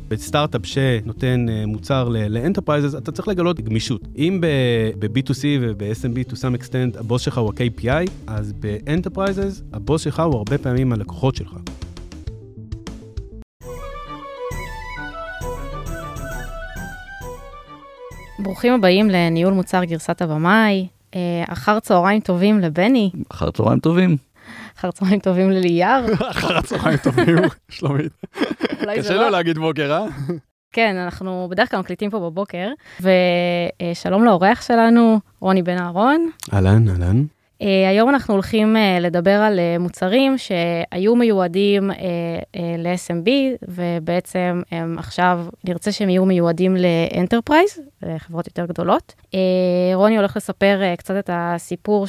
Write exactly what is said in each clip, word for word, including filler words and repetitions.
בסטארט-אפ שנותן מוצר לאנטרפרייזס, אתה צריך לגלות גמישות. אם ב-בי טו סי וב-אס אם בי to some extent הבוס שלך הוא ה-קיי פי איי, אז באנטרפרייזס הבוס שלך הוא הרבה פעמים הלקוחות שלך. ברוכים הבאים לניהול מוצר גרסת הבמאי. אחר צהריים טובים לבני. אחר צהריים טובים. אחר צהריים טובים לליאר. אחר צהריים טובים, שלומית. קשה לו להגיד בוקר, אה? כן, אנחנו בדרך כלל מקליטים פה בבוקר, ושלום לאורח שלנו, רוני בן אהרון. אהלן, אהלן. היום אנחנו הולכים לדבר על מוצרים שהיו מיועדים ל-אס אם בי, ובעצם הם עכשיו נרצה שהם יהיו מיועדים לאנטרפרייז, לחברות יותר גדולות. רוני הולך לספר קצת את הסיפור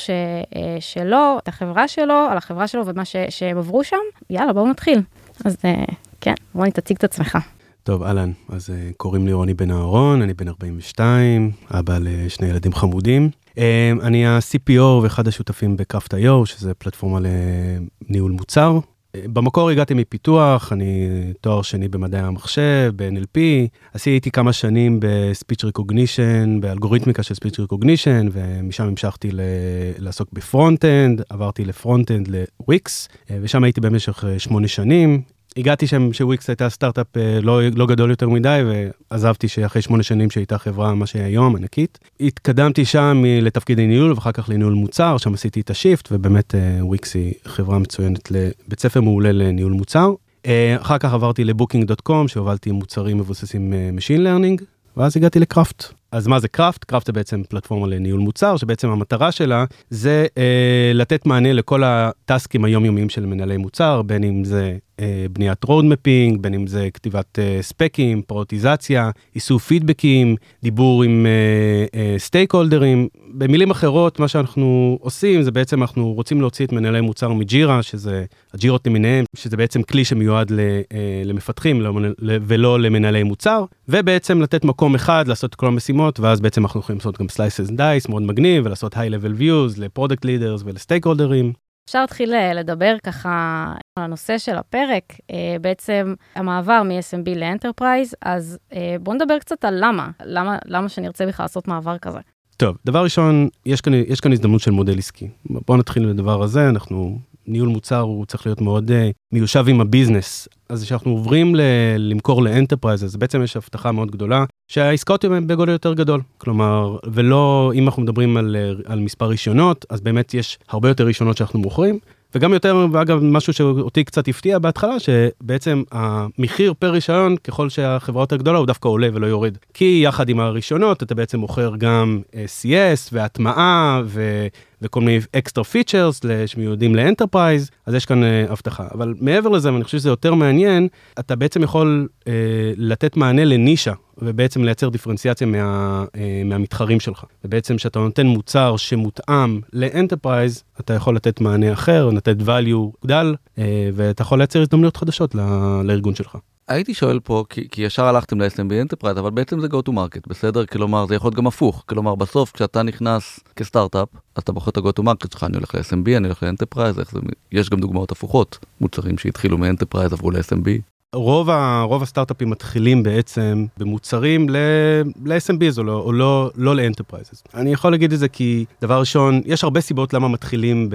שלו, את החברה שלו, על החברה שלו ומה שהם עברו שם. יאללה, בואו נתחיל. אז כן, רוני, תציג את עצמך. טוב, אהלן. אז קוראים לי רוני בן אהרון, אני בן ארבעים ושתיים, אבא לשני ילדים חמודים. אני ה-סי פי או ואחד השותפים ב-קראפט איי או, שזה פלטפורמה לניהול מוצר. במקור הגעתי מפיתוח, אני תואר שני במדעי המחשב, ב-אן אל פי, עשיתי כמה שנים ב-Speech Recognition, באלגוריתמיקה של Speech Recognition, ומשם המשכתי ל- לעסוק בפרונט-אנד, עברתי לפרונט-אנד ל-Wix, ושם הייתי במשך שמונה שנים. הגעתי שם שוויקס הייתה סטארט-אפ לא, לא גדול יותר מדי, ועזבתי שאחרי שמונה שנים שהייתה חברה, מה שהיום, ענקית. התקדמתי שם לתפקידי ניהול, ואחר כך לניהול מוצר, שם עשיתי את השיפט, ובאמת וויקס היא חברה מצוינת לבית ספר מעולה לניהול מוצר. אחר כך עברתי לבוקינג דוט קום, שהובלתי מוצרים מבוססים Machine Learning, ואז הגעתי לקראפט. אז מה זה קראפט? קראפט זה בעצם פלטפורמה לניהול מוצר, שבעצם המטרה שלה זה אה, לתת מענה לכל הטסקים היומיומיים של מנהלי מוצר, בין אם זה אה, בניית רוד מפינג, בין אם זה כתיבת אה, ספקים, פרוטיזציה, איסוף פידבקים, דיבור עם אה, אה, סטייק הולדרים. במילים אחרות, מה שאנחנו עושים, זה בעצם אנחנו רוצים להוציא את מנהלי מוצר מג'ירה, שזה הג'ירות למיניהם, שזה בעצם כלי שמיועד ל, אה, למפתחים ולא למנהלי מוצר, ובעצם לתת מקום אחד, לעשות כל המשימות, ואז בעצם אנחנו יכולים לעשות גם slices and dice, מאוד מגניב, ולעשות high level views לפרודקט לידרס ולסטייק הולדרים. אפשר להתחיל לדבר ככה על הנושא של הפרק, בעצם המעבר מ-אס אם בי ל-Enterprise, אז בואו נדבר קצת על למה, למה, למה שנרצה בכלל לעשות מעבר כזה. טוב, דבר ראשון, יש כאן, יש כאן הזדמנות של מודל עסקי. בואו נתחיל לדבר הזה, אנחנו, ניהול מוצר הוא צריך להיות מאוד uh, מיושב עם הביזנס. אז כשאנחנו עוברים ל- למכור לאנטרפרייז, אז בעצם יש הבטחה מאוד גדולה, שהעסקאות הן בגודל יותר גדול. כלומר, ולא, אם אנחנו מדברים על, על מספר רישיונות, אז באמת יש הרבה יותר רישיונות שאנחנו מוכרים, וגם יותר, ואגב, משהו שאותי קצת הפתיע בהתחלה, שבעצם המחיר פר רישיון, ככל שהחברה יותר גדולה, הוא דווקא עולה ולא יורד. כי יחד עם הרישיונות, אתה בעצם מוכר גם סי אס והטמעה ו... וכל מיני אקסטרה פיצ'רס שמיועדים לאנטרפרייז, אז יש כאן אה, הבטחה. אבל מעבר לזה, ואני חושב שזה יותר מעניין, אתה בעצם יכול אה, לתת מענה לנישה, ובעצם לייצר דיפרנציאציה מה, אה, מהמתחרים שלך. ובעצם שאתה נותן מוצר שמותאם לאנטרפרייז, אתה יכול לתת מענה אחר, לתת value גדל, אה, ואתה יכול לייצר הזדמנויות חדשות ל- לארגון שלך. הייתי שואל פה, כי, כי ישר הלכתם ל-אס אם בי Enterprise, אבל בעצם זה go to market, בסדר? כלומר, זה יכול להיות גם הפוך. כלומר, בסוף, כשאתה נכנס כסטארט-אפ, אתה בוחר את ה-go to market שלך, אני הולך ל-אס אם בי, אני הולך ל-Enterprise, איך זה... יש גם דוגמאות הפוכות, מוצרים שהתחילו מ-Enterprise, עברו ל-אס אם בי. רוב, ה, רוב הסטארט-אפים מתחילים בעצם במוצרים ל-אס אם בי או לא, או לא, לא ל-Enterprises. אני יכול להגיד את זה כי, דבר ראשון, יש הרבה סיבות למה מתחילים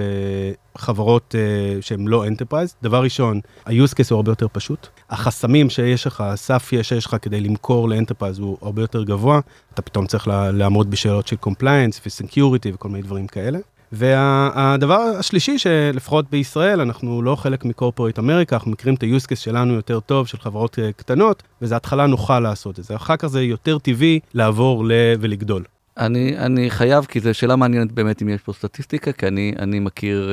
בחברות uh, שהן לא Enterprise. דבר ראשון, ה-use case הוא הרבה יותר פשוט. החסמים שיש לך, הסף שיש לך כדי למכור ל-Enterprise הוא הרבה יותר גבוה. אתה פתאום צריך לעמוד בשאלות של compliance ו-security וכל מיני דברים כאלה. והדבר השלישי שלפחות בישראל, אנחנו לא חלק מקורפורט אמריקה, אנחנו מכירים את ה-use case שלנו יותר טוב, של חברות קטנות, וזו התחלה נוחה לעשות את זה. אחר כך זה יותר טבעי לעבור ולגדול. אני, אני חייב, כי זו שאלה מעניינת באמת אם יש פה סטטיסטיקה, כי אני, אני מכיר,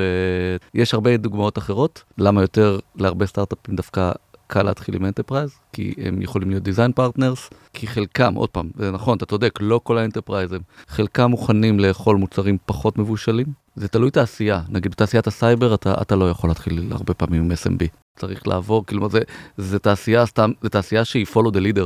יש הרבה דוגמאות אחרות, למה יותר להרבה סטארט-אפים דווקא קל להתחיל עם אנטרפרייז, כי הם יכולים להיות דיזיין פרטנרס, כי חלקם, עוד פעם, זה נכון, אתה צודק, לא כל האנטרפרייזים, חלקם מוכנים לאכול מוצרים פחות מבושלים, זה תלוי תעשייה, נגיד בתעשיית הסייבר, אתה, אתה לא יכול להתחיל הרבה פעמים עם אס אם בי, צריך לעבור, כאילו זה, זה תעשייה, סתם, זה תעשייה שהיא follow the leader.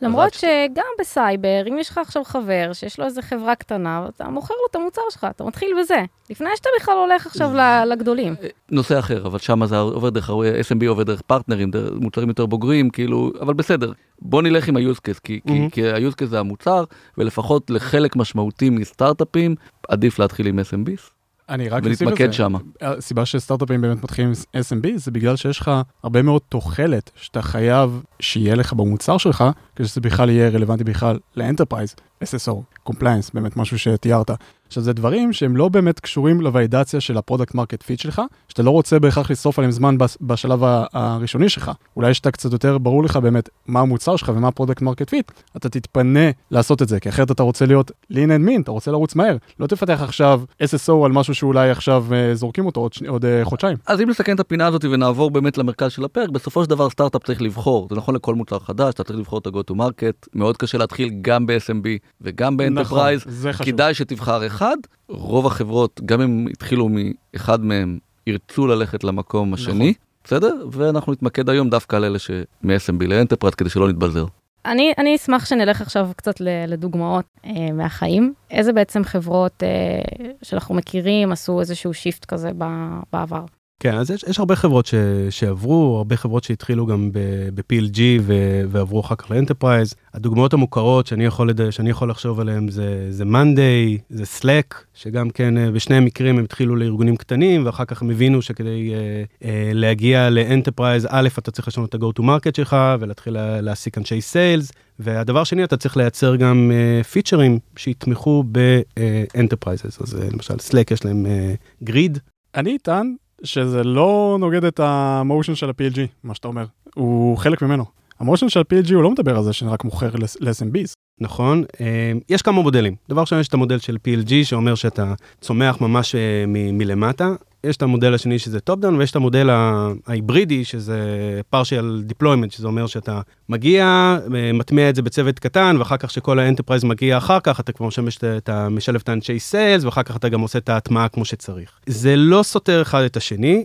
למרות שגם בסייבר, אם יש לך עכשיו חבר שיש לו איזו חברה קטנה, אתה מוכר לו את המוצר שלך, אתה מתחיל בזה. לפני שאתה בכלל הולך עכשיו לגדולים. נושא אחר, אבל שם זה עובר דרך, אס אם בי עובר דרך פרטנרים, מוצרים יותר בוגרים, כאילו, אבל בסדר. בוא נלך עם ה-use case, כי, mm-hmm. כי ה-use case זה המוצר, ולפחות לחלק משמעותי מסטארט-אפים, עדיף להתחיל עם אס אם בי. אני רק אוסיף את זה. שמה. הסיבה שסטארט-אפים באמת מתחילים עם אס אם בי, זה בגלל שיש לך הרבה מאוד תוחלת שאתה חייב שיהיה לך במוצר שלך, כדי שזה בכלל יהיה רלוונטי בכלל לאנטרפרייז, אס אס או, compliance, באמת משהו שתיארת. עכשיו, זה דברים שהם לא באמת קשורים לוולידציה של הפרודקט מרקט פיט שלך, שאתה לא רוצה בהכרח לשרוף עליהם זמן בשלב הראשוני שלך. אולי שאתה קצת יותר ברור לך באמת מה המוצר שלך ומה הפרודקט מרקט פיט, אתה תתפנה לעשות את זה, כי אחרת אתה רוצה להיות lean and mean, אתה רוצה לרוץ מהר. לא תפתח עכשיו אס אס או על משהו שאולי עכשיו זורקים אותו עוד, עוד חודשיים. אז אם נסכן את הפינה הזאת ונעבור באמת למרכז של הפרק, בסופו של דבר סטארט-אפ צריך לבחור. זה נכון לכל מוצר חדש, אתה צריך לבחור את ה-go to market. מאוד קשה להתחיל גם ב-אס אם בי וגם באנטרפרייז. נכון, כדאי שתבחר אחד. רוב החברות, גם אם התחילו מאחד מהם, ירצו ללכת למקום השני. נכון. בסדר? ואנחנו נתמקד היום דווקא על אלה שמ-אס אם בי לאנטרפרייז, כדי שלא נתבזר. אני, אני אשמח שנלך עכשיו קצת לדוגמאות אה, מהחיים. איזה בעצם חברות אה, שאנחנו מכירים עשו איזשהו שיפט כזה בעבר? כן, אז יש, יש הרבה חברות ש, שעברו, הרבה חברות שהתחילו גם ב-פי אל ג'י ו- ועברו אחר כך לאנטרפרייז. הדוגמאות המוכרות שאני יכול, שאני יכול לחשוב עליהן זה, זה Monday, זה Slack, שגם כן בשני המקרים הם התחילו לארגונים קטנים, ואחר כך הם הבינו שכדי אה, אה, להגיע לאנטרפרייז, א', אתה צריך לשנות את ה-go to market שלך, ולהתחיל להעסיק אנשי סיילס, והדבר שני, אתה צריך לייצר גם אה, פיצ'רים שיתמכו באנטרפרייזס. אז אה, למשל, Slack יש להם אה, גריד. אני איתן, שזה לא נוגד את המושן של ה-פי אל ג'י, מה שאתה אומר. הוא חלק ממנו. המושן של ה-פי אל ג'י הוא לא מדבר על זה שרק מוכר ל-אס אם ביז. נכון. יש כמה מודלים. דבר שני, יש את המודל של פי אל ג'י, שאומר שאתה צומח ממש מ- מלמטה. יש את המודל השני שזה טופ-דאון, ויש את המודל ההיברידי, שזה partial deployment, שזה אומר שאתה מגיע, מטמיע את זה בצוות קטן, ואחר כך שכל האנטרפרייז מגיע אחר כך, אתה כבר משמש, אתה משלב את האנשי סיילס, ואחר כך אתה גם עושה את ההטמעה כמו שצריך. זה לא סותר אחד את השני.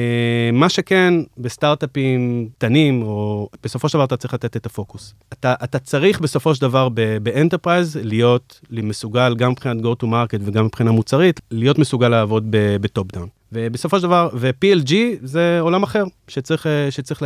מה שכן, בסטארט-אפים קטנים, או בסופו של דבר אתה צריך לתת את הפוקוס. אתה, אתה צריך בסופו של דבר באנטרפרייז להיות מסוגל, גם מבחינת go to market וגם מבחינה מוצרית, להיות מסוגל לעבוד בטופ-דאון. ובסופו של דבר, ו-פי אל ג'י זה עולם אחר, שצריך, שצריך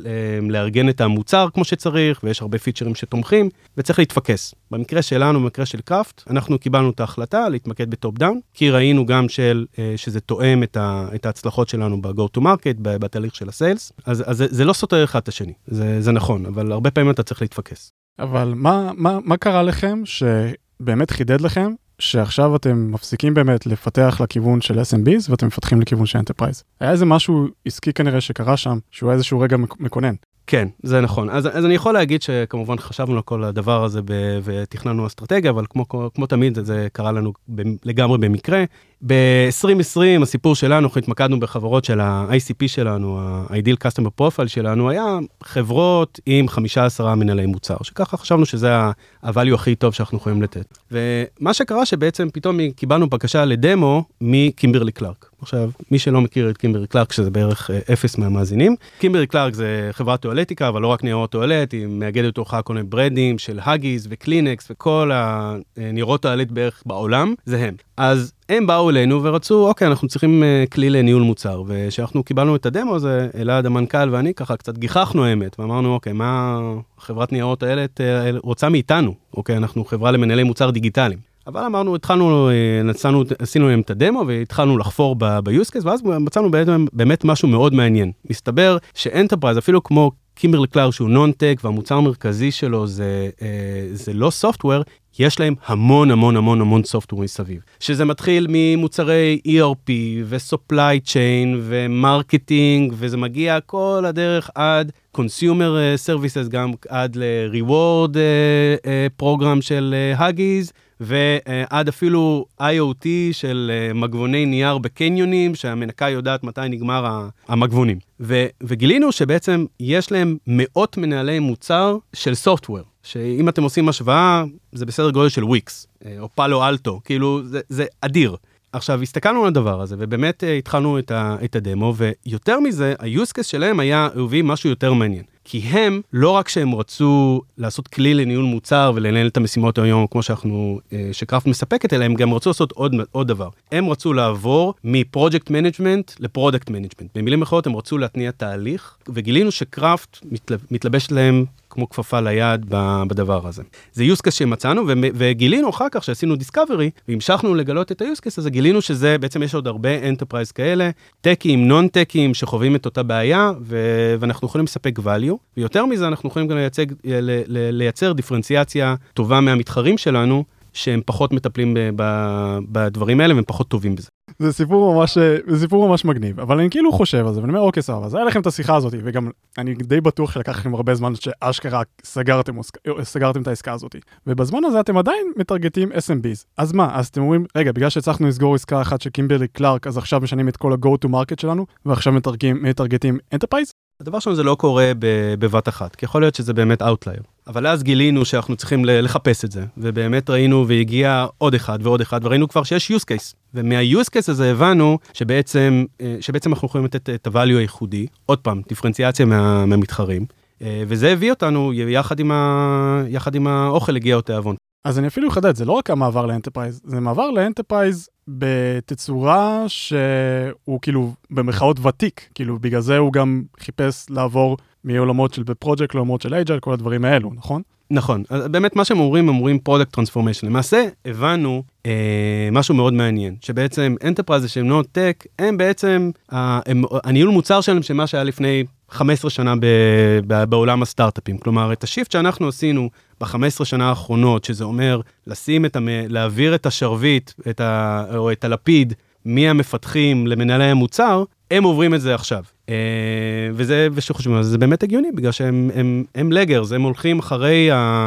לארגן את המוצר כמו שצריך, ויש הרבה פיצ'רים שתומכים, וצריך להתפקס. במקרה שלנו, במקרה של קראפט, אנחנו קיבלנו את ההחלטה להתמקד בטופ דאון, כי ראינו גם של, שזה תואם את, ה, את ההצלחות שלנו ב-go to market, בתהליך של הסיילס, אז, אז זה, זה לא סותר אחד את השני, זה, זה נכון, אבל הרבה פעמים אתה צריך להתפקס. אבל מה, מה, מה קרה לכם שבאמת חידד לכם, שעכשיו אתם מפסיקים באמת לפתח לכיוון של אס אם ביז, ואתם מפתחים לכיוון של אנטרפרייז. היה איזה משהו עסקי כנראה שקרה שם, שהוא היה איזשהו רגע מקונן. כן, זה נכון. אז, אז אני יכול להגיד שכמובן חשבנו על כל הדבר הזה ב- ותכננו אסטרטגיה, אבל כמו, כמו תמיד זה קרה לנו ב- לגמרי במקרה. ב-עשרים עשרים הסיפור שלנו, אנחנו התמקדנו בחברות של ה-איי סי פי שלנו, ה-Ideal Customer Profile שלנו, היה חברות עם חמישה עשר מנהלי מוצר, שככה חשבנו שזה ה-value הכי טוב שאנחנו יכולים לתת. ומה שקרה שבעצם פתאום קיבלנו בקשה לדמו מקימברלי קלארק. עכשיו, מי שלא מכיר את קימברלי קלארק, שזה בערך אפס מהמאזינים, קימברלי קלארק זה חברת טואלטיקה, אבל לא רק ניירות טואלט, היא מאגדת אותך כל מיני ברדים של הגיז וקלינקס וכל הניירות טואלט בערך בעולם, זה הם. אז הם באו אלינו ורצו, אוקיי, אנחנו צריכים כלי לניהול מוצר, ושאנחנו קיבלנו את הדמו הזה, אלעד המנכ"ל ואני ככה קצת גיחכנו האמת, ואמרנו, אוקיי, מה חברת ניירות האלה רוצה מאיתנו? אוקיי, אנחנו חברה למנהלי מוצר דיגיטליים. אבל אמרנו, התחלנו, נצאנו, עשינו להם את הדמו, והתחלנו לחפור ב-use case, ואז מצאנו באמת משהו מאוד מעניין. מסתבר שאנטרפרייז, אפילו כמו קימברלי קלארק, שהוא נון-טק, והמוצר המרכזי שלו זה, זה לא סופטוור, יש להם המון המון המון המון סופטוור מסביב. שזה מתחיל ממוצרי אי אר פי ו-supply chain ו-marketing, וזה מגיע כל הדרך עד consumer services, גם עד ל-reward program של Huggies, ועד אפילו איי או טי של מגבוני נייר בקניונים, שהמנקה יודעת מתי נגמר המגבונים. ו- וגילינו שבעצם יש להם מאות מנהלי מוצר של סופטוור, שאם אתם עושים השוואה, זה בסדר גודל של וויקס, או פאלו אלטו, כאילו זה, זה אדיר. עכשיו, הסתכלנו על הדבר הזה, ובאמת התחלנו את, ה- את הדמו, ויותר מזה, ה-use case שלהם היה, הוא הביא משהו יותר מעניין. כי הם, לא רק שהם רצו לעשות כלי לניהול מוצר ולנהל את המשימות היום, כמו שאנחנו, שקראפט מספקת, אלא הם גם רצו לעשות עוד, עוד דבר. הם רצו לעבור מפרויקט מנג'מנט לפרודקט מנג'מנט. במילים אחרות, הם רצו להתניע תהליך, וגילינו שקראפט מתלבשת להם כמו כפפה ליד בדבר הזה. זה use case שמצאנו, וגילינו אחר כך שעשינו discovery, והמשכנו לגלות את ה-use case הזה, גילינו שזה, בעצם יש עוד הרבה enterprise כאלה, טקים, נון-טקים, שחווים את אותה בעיה, ואנחנו יכולים לספק value, ויותר מזה אנחנו יכולים גם לייצג, לייצר דיפרנציאציה טובה מהמתחרים שלנו, שהם פחות מטפלים בדברים האלה, והם פחות טובים בזה. זה סיפור ממש, זה סיפור ממש מגניב, אבל אני כאילו חושב על זה, ואני אומר, אוקיי, סבבה, אז היה לכם את השיחה הזאת, וגם אני די בטוח שלקח לכם הרבה זמן שאשכרה סגרתם, סגרתם את העסקה הזאת, ובזמן הזה אתם עדיין מטרגטים אס אם ביז. אז מה? אז אתם אומרים, רגע, בגלל שהצלחנו לסגור עסקה אחת של קימברלי קלארק, אז עכשיו משנים את כל ה-go to market שלנו, ועכשיו מטרגטים enterprise? הדבר שלנו זה לא קורה בבת אחת, כי יכול להיות שזה באמת outlier. אבל אז גילינו שאנחנו צריכים לחפש את זה, ובאמת ראינו והגיע עוד אחד ועוד אחד, וראינו כבר שיש use case. ומה-use case הזה הבנו שבעצם, שבעצם אנחנו יכולים לתת את ה-value הייחודי, עוד פעם, דיפרנציאציה מה, מהמתחרים, וזה הביא אותנו, יחד עם, ה, יחד עם האוכל הגיע אותה אבון. אז אני אפילו אחדד, זה לא רק המעבר לאנטרפרייז, זה מעבר לאנטרפרייז בתצורה שהוא כאילו במרכאות ותיק, כאילו בגלל זה הוא גם חיפש לעבור מעולמות של בפרויקט לעולמות של אייג'ל, כל הדברים האלו, נכון? נכון, אז באמת מה שהם אומרים, הם אומרים פרודקט טרנספורמיישן. למעשה הבנו אה, משהו מאוד מעניין, שבעצם אנטרפרייז שהם נוט טק, הם בעצם, אה, הם, הניהול מוצר שלהם שמה שהיה לפני חמש עשרה שנה ב, ב, בעולם הסטארט-אפים. כלומר, את השיפט שאנחנו עשינו ב-חמש עשרה שנה האחרונות, שזה אומר לשים את, להעביר את השרביט, את ה, או את הלפיד, מהמפתחים למנהלי המוצר, הם עוברים את זה עכשיו. וזה, ושחושבים על זה, זה באמת הגיוני, בגלל שהם הם, הם לגרס, הם הולכים אחרי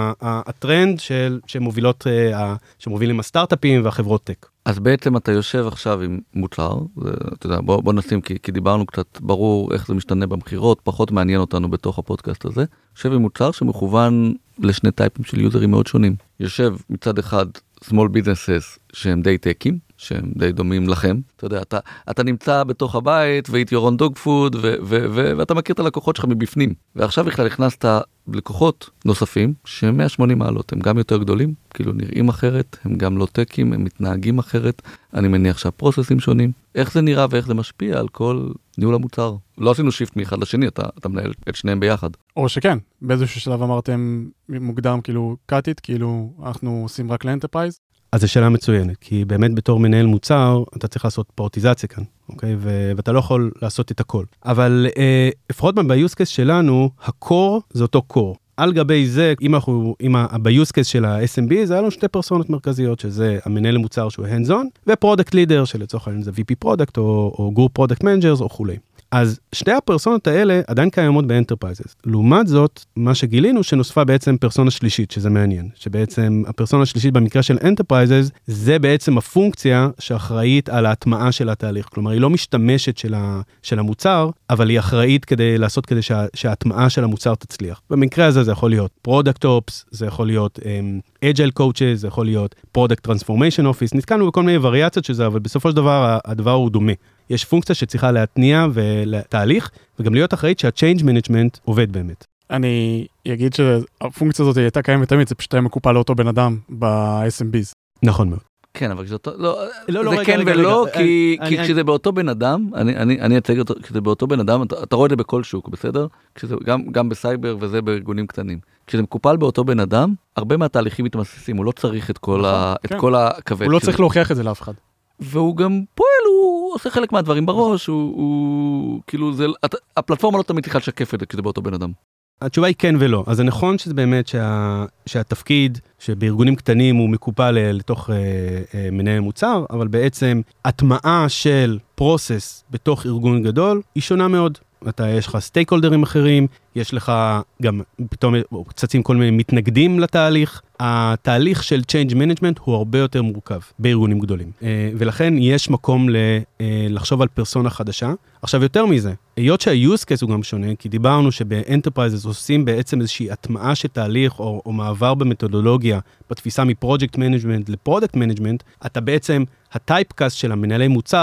הטרנד של, שמובילות, שמובילים הסטארט-אפים והחברות טק. אז בעצם אתה יושב עכשיו עם מוצר, אתה יודע, בוא, בוא נשים, כי, כי דיברנו קצת ברור איך זה משתנה במחירות, פחות מעניין אותנו בתוך הפודקאסט הזה. יושב עם מוצר שמכוון לשני טייפים של יוזרים מאוד שונים. יושב מצד אחד small businesses שהם די טקים, שהם די דומים לכם. אתה יודע, אתה, אתה נמצא בתוך הבית, ו-eat your own dog food, ו- ו- ו- ואתה מכיר את הלקוחות שלך מבפנים. ועכשיו בכלל הכנסת לקוחות נוספים, שהם מאה ושמונים מעלות, הם גם יותר גדולים, כאילו נראים אחרת, הם גם לא טקים, הם מתנהגים אחרת. אני מניח שהפרוססים שונים. איך זה נראה ואיך זה משפיע על כל ניהול המוצר? לא עשינו שיפט מאחד לשני, אתה, אתה מנהל את שניהם ביחד. או שכן, באיזשהו שלב אמרתם מוקדם, כאילו, cut it, כאילו, אנחנו עושים רק לאנטרפרייז. אז זו שאלה מצוינת, כי באמת בתור מנהל מוצר, אתה צריך לעשות פורטיזציה כאן, אוקיי? ו- ואתה לא יכול לעשות את הכל. אבל לפחות ב-use case שלנו, ה-core זה אותו core. על גבי זה, אם אנחנו, אם ב-use case של ה-אס אם בי, זה היה לנו שתי פרסונות מרכזיות, שזה המנהל מוצר שהוא hands-on, ו-product leader, שלצורך העניין זה וי פי product, או, או group product managers, או כולי. אז שתי הפרסונות האלה עדיין קיימות באנטרפרייזס. לעומת זאת, מה שגילינו שנוספה בעצם פרסונה שלישית, שזה מעניין. שבעצם הפרסונה השלישית במקרה של אנטרפרייזס, זה בעצם הפונקציה שאחראית על ההטמעה של התהליך. כלומר, היא לא משתמשת של, ה, של המוצר, אבל היא אחראית כדי לעשות כדי שה, שההטמעה של המוצר תצליח. במקרה הזה זה יכול להיות Product Ops, זה יכול להיות um, Agile Coaches, זה יכול להיות Product Transformation Office. נתקלנו בכל מיני וריאציות של זה, אבל בסופו של דבר הדבר הוא דומה. יש פונקציה שצריכה להתניע ולתהליך, וגם להיות אחראית שה-change management עובד באמת. אני אגיד שהפונקציה הזאת הייתה קיימת תמיד, זה פשוט היה מקופל לאותו בן אדם ב-אס אם ביז. נכון מאוד. כן, אבל כשזה לא, לא, לא, זה רגע, כן רגע, ולא, רגע, כי, אני, כי אני, כשזה באותו בן אדם, אני, אני, אני אצג אותו, כשזה באותו בן אדם, אתה, אתה רואה את זה בכל שוק, בסדר? כשזה, גם, גם בסייבר וזה בארגונים קטנים. כשזה מקופל באותו בן אדם, הרבה מהתהליכים מתמססים, הוא לא צריך את כל, ה, כן. את כל הכבד. הוא לא צריך להוכיח את זה לאף אחד. והוא גם פועל, הוא עושה חלק מהדברים בראש, הוא, הוא כאילו, זה, הפלטפורמה לא תמיד צריכה לשקף את זה כשזה באותו בן אדם. התשובה היא כן ולא. אז זה נכון שזה באמת שה, שהתפקיד שבארגונים קטנים הוא מקופל לתוך אה, אה, מנהל מוצר, אבל בעצם הטמעה של פרוסס בתוך ארגון גדול היא שונה מאוד. אתה, יש לך סטייקהולדרים אחרים, יש לך גם פתאום צצים כל מיני מתנגדים לתהליך. התהליך של change management הוא הרבה יותר מורכב בארגונים גדולים. ולכן יש מקום לחשוב על פרסונה חדשה. עכשיו יותר מזה, היות שה-use case הוא גם שונה, כי דיברנו שבאנטרפרייזס עושים בעצם איזושהי הטמעה של תהליך או, או מעבר במתודולוגיה, בתפיסה מפרויקט מנג'מנט לפרודקט מנג'מנט, אתה בעצם, הטייפקאסט של המנהלי מוצר הוא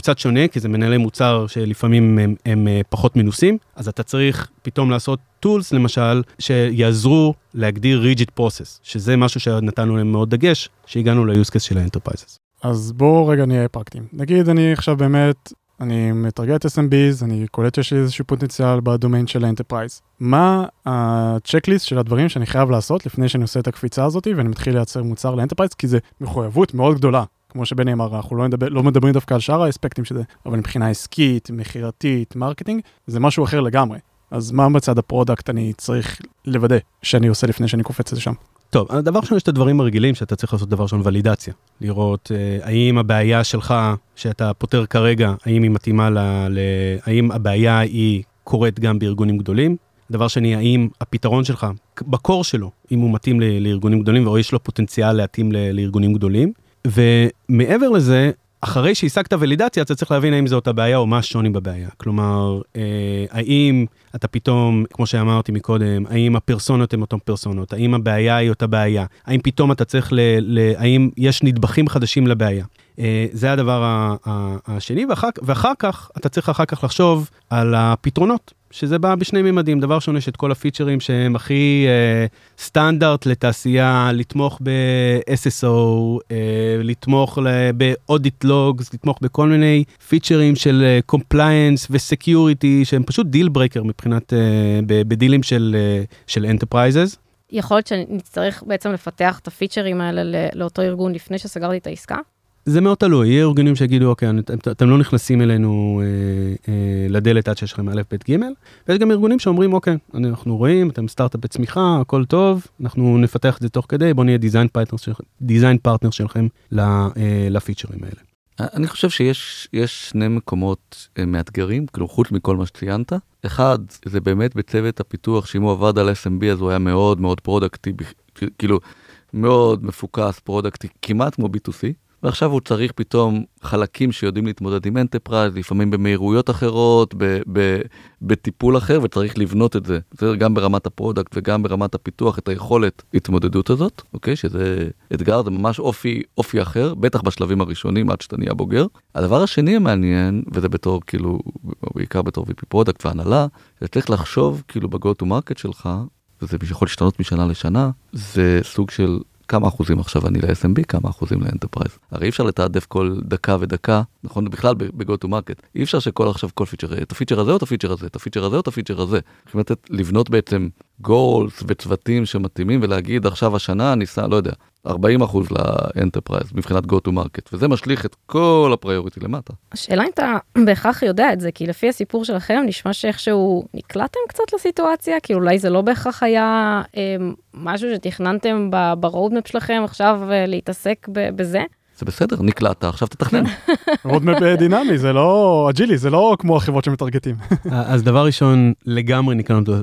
קצת שונה, כי זה מנהלי מוצר שלפעמים הם, הם פחות מנוסים, אז אתה צריך פתאום לעשות טולס, למשל, שיעזרו להגדיר rigid process, שזה משהו שנתנו להם מאוד דגש, שהגענו ל-use case של ה-enterprises. אז בואו רגע נהיה פרקטיים. נגיד, אני עכשיו באמת, אני מטרגט אס אם ביז, אני קולט שיש לי איזשהו פוטנציאל בדומיין של האנטרפרייז. מה הצ'קליסט של הדברים שאני חייב לעשות לפני שאני עושה את הקפיצה הזאת, ואני מתחיל לייצר מוצר לאנטרפרייז, כי זה מחויבות מאוד גדולה. כמו שבני אמר, אנחנו לא, נדבר, לא מדברים דווקא על שאר האספקטים שזה, אבל מבחינה עסקית, מחירתית, מרקטינג, זה משהו אחר לגמרי. אז מה בצד הפרודקט אני צריך לוודא שאני עושה לפני שאני קופץ את זה שם? טוב, הדבר שלנו יש את הדברים הרגילים שאתה צריך לעשות דבר שלנו ולידציה. לראות אה, האם הבעיה שלך שאתה פותר כרגע, האם היא מתאימה ל... ל האם הבעיה היא קורית גם בארגונים גדולים. דבר שני, האם הפתרון שלך, בקור שלו, אם הוא מתאים ל, לארגונים גדולים, או יש לו פוטנציאל להתאים ל, לארגונים גדולים. ומעבר לזה, אחרי שהשגת ולידציה, אתה צריך להבין האם זו אותה בעיה או מה השוני בבעיה. כלומר, אה, האם אתה פתאום, כמו שאמרתי מקודם, האם הפרסונות הן אותן פרסונות, האם הבעיה היא אותה בעיה, האם פתאום אתה צריך, ל, ל, האם יש נדבכים חדשים לבעיה. אה, זה הדבר ה, ה, השני, ואחר, ואחר כך, אתה צריך אחר כך לחשוב על הפתרונות, שזה בא בשני ממדים. דבר שונה יש את כל הפיצ'רים שהם הכי אה, סטנדרט לתעשייה, לתמוך ב-אס אס או, אה, לתמוך ב-audit logs, לתמוך בכל מיני פיצ'רים של uh, compliance ו-security, שהם פשוט דיל ברקר מבחינת, uh, בדילים של, uh, של enterprises. יכול להיות שנצטרך בעצם לפתח את הפיצ'רים האלה לאותו ארגון לפני שסגרתי את העסקה? זה מאוד תלוי, יהיה ארגונים שיגידו, אוקיי, אתם לא נכנסים אלינו אה, אה, לדלת עד שיש לכם א' ב' ג', ויש גם ארגונים שאומרים, אוקיי, אנחנו רואים, אתם סטארט-אפ בצמיחה, הכל טוב, אנחנו נפתח את זה תוך כדי, בואו נהיה דיזיין פרטנר שלכם, דיזיין פרטנר שלכם לפיצ'רים האלה. אני חושב שיש יש שני מקומות מאתגרים, כאילו חוץ מכל מה שציינת. אחד, זה באמת בצוות הפיתוח, שאם הוא עבד על אס אם בי, אז הוא היה מאוד מאוד פרודקטי, כאילו מאוד מפוקס, פרודקטי, כמעט כמו בי טו סי. ועכשיו הוא צריך פתאום חלקים שיודעים להתמודד עם אנטרפרייז, לפעמים במהירויות אחרות, ב- ב- בטיפול אחר, וצריך לבנות את זה. זה גם ברמת הפרודקט וגם ברמת הפיתוח, את היכולת התמודדות הזאת, אוקיי? שזה אתגר, זה ממש אופי, אופי אחר, בטח בשלבים הראשונים עד שאתה נהיה בוגר. הדבר השני המעניין, וזה בתור, כאילו, בעיקר בתור וי פי פרודקט והנהלה, זה צריך לחשוב, כאילו, ב-go to market שלך, וזה יכול להשתנות משנה לשנה, זה סוג של כמה אחוזים עכשיו אני ל-אס אם בי, כמה אחוזים לאנטרפרייז. הרי אי אפשר לתעדף כל דקה ודקה, נכון? בכלל ב-go to market. אי אפשר שכל עכשיו כל פיצ'ר, את הפיצ'ר הזה או את הפיצ'ר הזה, את הפיצ'ר הזה או את הפיצ'ר הזה. יכולים לתת, לבנות בעצם goals וצוותים שמתאימים ולהגיד עכשיו השנה אני שם, לא יודע, ארבעים אחוז לאנטרפרייז מבחינת go to market, וזה משליך את כל הפריוריטי למטה. השאלה אם אתה בהכרח יודע את זה, כי לפי הסיפור שלכם נשמע שאיכשהו נקלעתם קצת לסיטואציה, כי אולי זה לא בהכרח היה אה, משהו שתכננתם ברודמפ שלכם עכשיו אה, להתעסק בזה. זה בסדר, נקלעת, עכשיו תתכנן. רודמפ דינמי, זה לא אג'ילי, זה לא כמו החברות שמתרגטים. אז דבר ראשון, לגמרי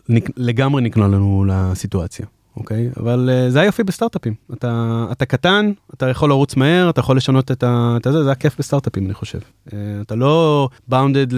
לגמרי נקלע לנו לסיטואציה. אוקיי? אבל uh, זה היופי בסטארט-אפים. אתה, אתה קטן, אתה יכול לרוץ מהר, אתה יכול לשנות את, ה, את זה, זה הכיף בסטארט-אפים, אני חושב. Uh, אתה לא bounded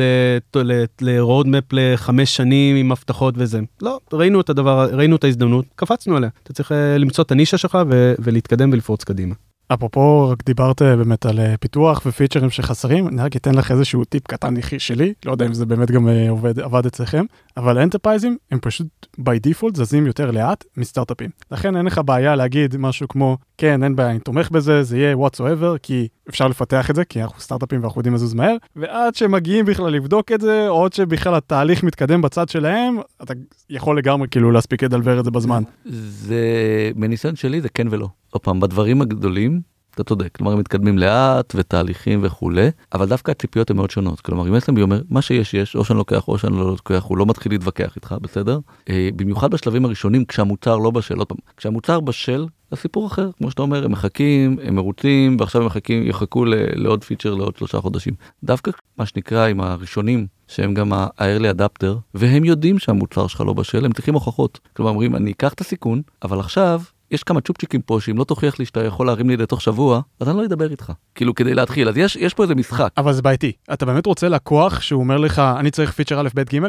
ל-roadmap לחמש שנים עם הבטחות וזה. לא, ראינו את הדבר, ראינו את ההזדמנות, קפצנו עליה. אתה צריך uh, למצוא את הנישה שלך ו- ולהתקדם ולפרוץ קדימה. אפרופו, רק דיברת באמת על פיתוח ופיצ'רים שחסרים, אני רק אתן לך איזשהו טיפ קטן שלי, לא יודע אם זה באמת גם עובד, עבד אצלכם, אבל האנטרפרייזים הם פשוט by default זזים יותר לאט מסטארט-אפים. לכן אין לך בעיה להגיד משהו כמו, כן, אין בעיה, אני תומך בזה, זה יהיה whatsoever, כי אפשר לפתח את זה, כי אנחנו סטארט-אפים ואנחנו יודעים לזוז מהר, ועד שמגיעים בכלל לבדוק את זה, או עוד שבכלל התהליך מתקדם בצד שלהם, אתה יכול לגמרי כאילו להספיק לדלבר את זה בזמן. זה, מניסיון שלי זה כן ולא. עוד פעם, בדברים הגדולים, אתה צודק, כלומר, הם מתקדמים לאט ותהליכים וכו', אבל דווקא הציפיות הן מאוד שונות. כלומר, אם אס אם בי אומר, מה שיש יש, או שאני לוקח או שאני לא לוקח, הוא לא מתחיל להתווכח איתך, בסדר? במיוחד בשלבים הראשונים, כשהמוצר לא בשל, עוד פעם, כשהמוצר בשל, זה סיפור אחר, כמו שאתה אומר, הם מחכים, הם מרוצים, ועכשיו הם מחכים, יחכו לעוד פיצ'ר, לעוד שלושה חודשים. דווקא מה שנקרא עם הראשונים, שהם גם ה-early adapter, והם יודעים שהמוצר שלך לא בשל, הם צריכים הוכחות. כלומר, אומרים, אני אקח את הסיכון, אבל עכשיו יש כמה צ'ופצ'יקים פה, שאם לא תוכיח לי שאתה יכול להרים לי לתוך שבוע, אז אני לא אדבר איתך. כאילו, כדי להתחיל. אז יש, יש פה איזה משחק. אבל זה בעייתי. אתה באמת רוצה לקוח שהוא אומר לך, אני צריך פיצ'ר א' ב' ג'?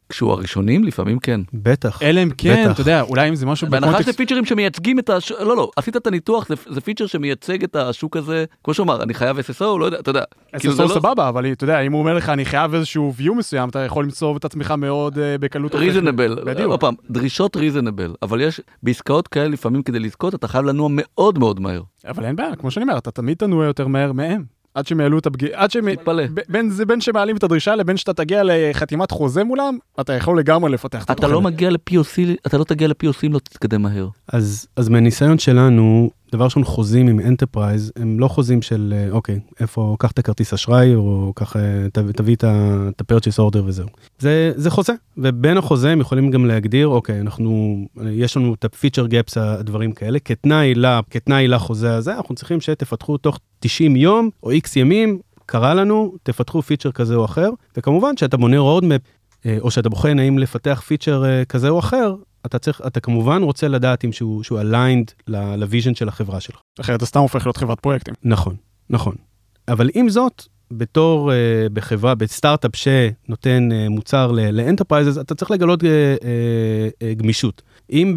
כשהוא הראשונים, לפעמים כן. בטח. אלה הם כן, אתה יודע, אולי אם זה משהו בהנחה שזה פיצ'רים שמייצגים את השוק, לא, לא, עשית את הניתוח, זה פיצ'ר שמייצג את השוק הזה, כמו שאומר, אני חייב אס אס או, לא יודע, אתה יודע. אס אס או סבבה, אבל אתה יודע, אם הוא אומר לך, אני חייב איזשהו view מסוים, אתה יכול למצוא את עצמך מאוד בקלות. reasonable, עוד פעם, דרישות reasonable, אבל יש, בעסקאות כאלה לפעמים כדי לזכות, אתה חייב לנוע מאוד מאוד מהר. אבל אין בעיה, כמו שאני אומר, אתה תמיד תנוע יותר מהר מהם. עד שמעלו את הפגיעה, עד שמ... בין, זה בין שמעלים את הדרישה לבין שאתה תגיע לחתימת חוזה מולם, אתה יכול לגמרי לפתח את התוכן. אתה לא מגיע ל-פי או סי, אתה לא תגיע ל-פי או סי אם לא תתקדם מהר. אז, אז מהניסיון שלנו, דבר ראשון חוזים עם אנטרפרייז, הם לא חוזים של, אוקיי, איפה, קח את הכרטיס אשראי, או קח, תביא את ה-purchase order וזהו. זה, זה חוזה, ובין החוזה הם יכולים גם להגדיר, אוקיי, אנחנו, יש לנו את ה-feature gaps, הדברים כאלה, כתנאי, לה, כתנאי לחוזה הזה, אנחנו צריכים שתפתחו תוך תשעים יום, או איקס ימים, קרה לנו, תפתחו פיצ'ר כזה או אחר, וכמובן שאתה בונה roadmap, או שאתה בוחן האם לפתח פיצ'ר כזה או אחר, אתה צריך, אתה כמובן רוצה לדעת אם שהוא, שהוא aligned לוויז'ן של החברה שלך. אחרת אתה סתם הופך להיות חברת פרויקטים. נכון, נכון. אבל עם זאת, בתור, uh, בחברה, בסטארט-אפ שנותן uh, מוצר לאנטרפרייזס, אתה צריך לגלות uh, uh, גמישות. אם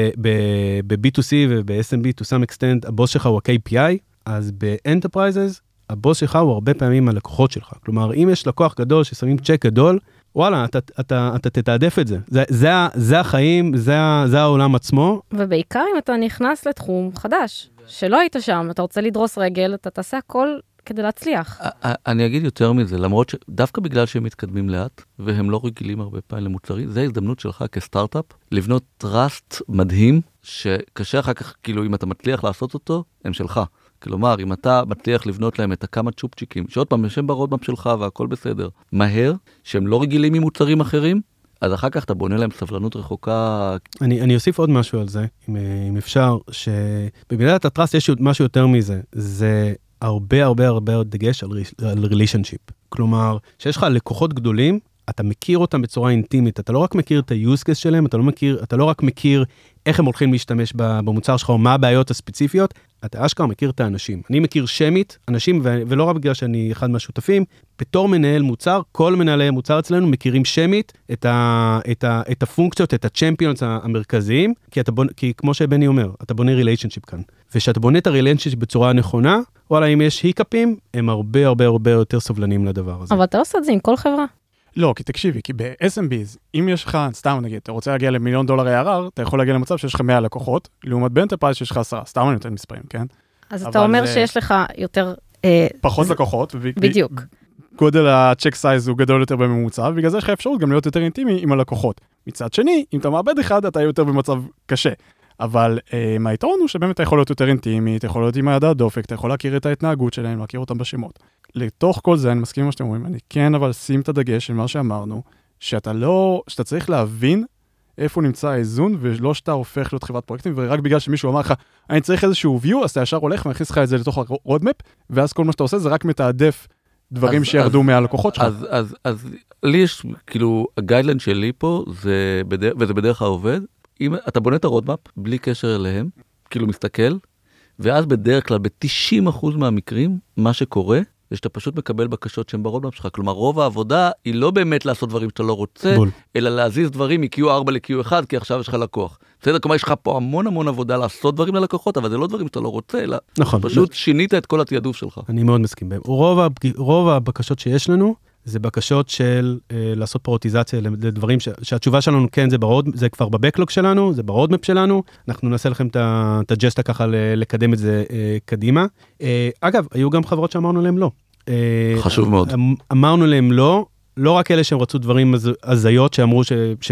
ב-בי טו סי וב-אס אם בי, to some extent, הבוס שלך הוא ה-קיי פי איי, אז באנטרפרייזס, הבוס שלך הוא הרבה פעמים הלקוחות שלך. כלומר, אם יש לקוח גדול ששמים צ'ק גדול, וואלה, אתה, אתה, אתה תתעדף את זה. זה, זה, זה החיים, זה, זה העולם עצמו. ובעיקר אם אתה נכנס לתחום חדש, שלא היית שם, אתה רוצה לדרוס רגל, אתה תעשה הכל כדי להצליח. אני אגיד יותר מזה, למרות שדווקא בגלל שהם מתקדמים לאט, והם לא רגילים הרבה פעמים למוצרי, זה ההזדמנות שלך כסטארט-אפ, לבנות טראסט מדהים, שקשה אחר כך, כאילו, אם אתה מצליח לעשות אותו, הם שלך. כלומר, אם אתה מצליח לבנות להם את הכמה צ'ופצ'יקים, שעוד פעם, ישם ברודמפ שלך והכל בסדר, מהר, שהם לא רגילים ממוצרים אחרים, אז אחר כך אתה בונה להם סבלנות רחוקה. אני, אני אוסיף עוד משהו על זה, אם, אם אפשר, שבמדינת הטראסט יש משהו יותר מזה, זה הרבה הרבה הרבה דגש על, על relationship. כלומר, שיש לך לקוחות גדולים, אתה מכיר אותם בצורה אינטימית, אתה לא רק מכיר את ה-use case שלהם, אתה לא מכיר, אתה לא רק מכיר איך הם הולכים להשתמש במוצר שלך, או מה הבעיות הספציפיות, אתה אשכרה מכיר את האנשים. אני מכיר שמית, אנשים, ו- ולא רק בגלל שאני אחד מהשותפים, בתור מנהל מוצר, כל מנהלי מוצר אצלנו מכירים שמית את, ה- את, ה- את הפונקציות, את הצ'מפיונס המרכזיים, כי, אתה בונה, כי כמו שבני אומר, אתה בונה ריליישנשיפ כאן. ושאתה בונה את הריליישנשיפ בצורה נכונה, וואלה, אם יש היקפים, הם הרבה הרבה הרבה יותר סובלניים לדבר הזה. אבל אתה עושה את זה עם כל חברה. לא, כי תקשיבי, כי ב-אס אם ביז, אם יש לך, סתם נגיד, אתה רוצה להגיע למיליון דולר A R R, אתה יכול להגיע למצב שיש לך מאה לקוחות, לעומת באנטרפרייז שיש לך עשרה, סתם אני נותן מספרים, כן? אז אתה אומר שיש לך יותר... פחות לקוחות. בדיוק. גודל הצ'ק סייז הוא גדול יותר בממוצע, ובגלל זה יש לך אפשרות גם להיות יותר אינטימי עם הלקוחות. מצד שני, אם אתה מאבד אחד, אתה יותר במצב קשה. אבל מה היתרון הוא שבאמת אתה יכול להיות יותר אינטימי, אתה יכול להיות עם הידע דופק, אתה יכול להכיר את ההתנהגות שלהם, להכיר אותם בשמות. לתוך כל זה, אני מסכים עם מה שאתם אומרים, אני כן, אבל שים את הדגש של מה שאמרנו, שאתה לא, שאתה צריך להבין איפה נמצא האיזון, ולא שאתה הופך להיות חברת פרויקטים, ורק בגלל שמישהו אמר לך, אני צריך איזשהו view, אז אתה ישר הולך ומכניס לך את זה לתוך הרודמפ, ואז כל מה שאתה עושה זה רק מתעדף דברים שירדו מהלקוחות שלך. אז, אז, אז לי יש, כאילו, הגיידליין שלי פה, זה בדרך, וזה בדרך העובד, אם אתה בונה את הרודמפ, בלי קשר אליהם, כאילו מסתכל, ואז בדרך כלל, ב-תשעים אחוז מהמקרים, מה שקורה, זה שאתה פשוט מקבל בקשות שהן ברודמפ שלך. כלומר, רוב העבודה היא לא באמת לעשות דברים שאתה לא רוצה, בול. אלא להזיז דברים מ-קיו ארבע ל-קיו אחד, כי עכשיו יש לך לקוח. בסדר, כלומר, יש לך פה המון המון עבודה לעשות דברים ללקוחות, אבל זה לא דברים שאתה לא רוצה, אלא נכון, פשוט לא... שינית את כל התיעדוף שלך. אני מאוד מסכים בהם. רוב, הבג... רוב הבקשות שיש לנו, זה בקשות של אה, לעשות פרוטיזציה לדברים ש... שהתשובה שלנו כן, זה, ברוד... זה כבר בבקלוג שלנו, זה ברודמפ שלנו, אנחנו נעשה לכם את הג'סטה ככה לקדם את זה אה, קדימה. אה, אגב, היו גם חברות שאמרנו להם לא. חשוב מאוד. אמרנו להם לא, לא רק אלה שהם רצו דברים הזיות, שאמרו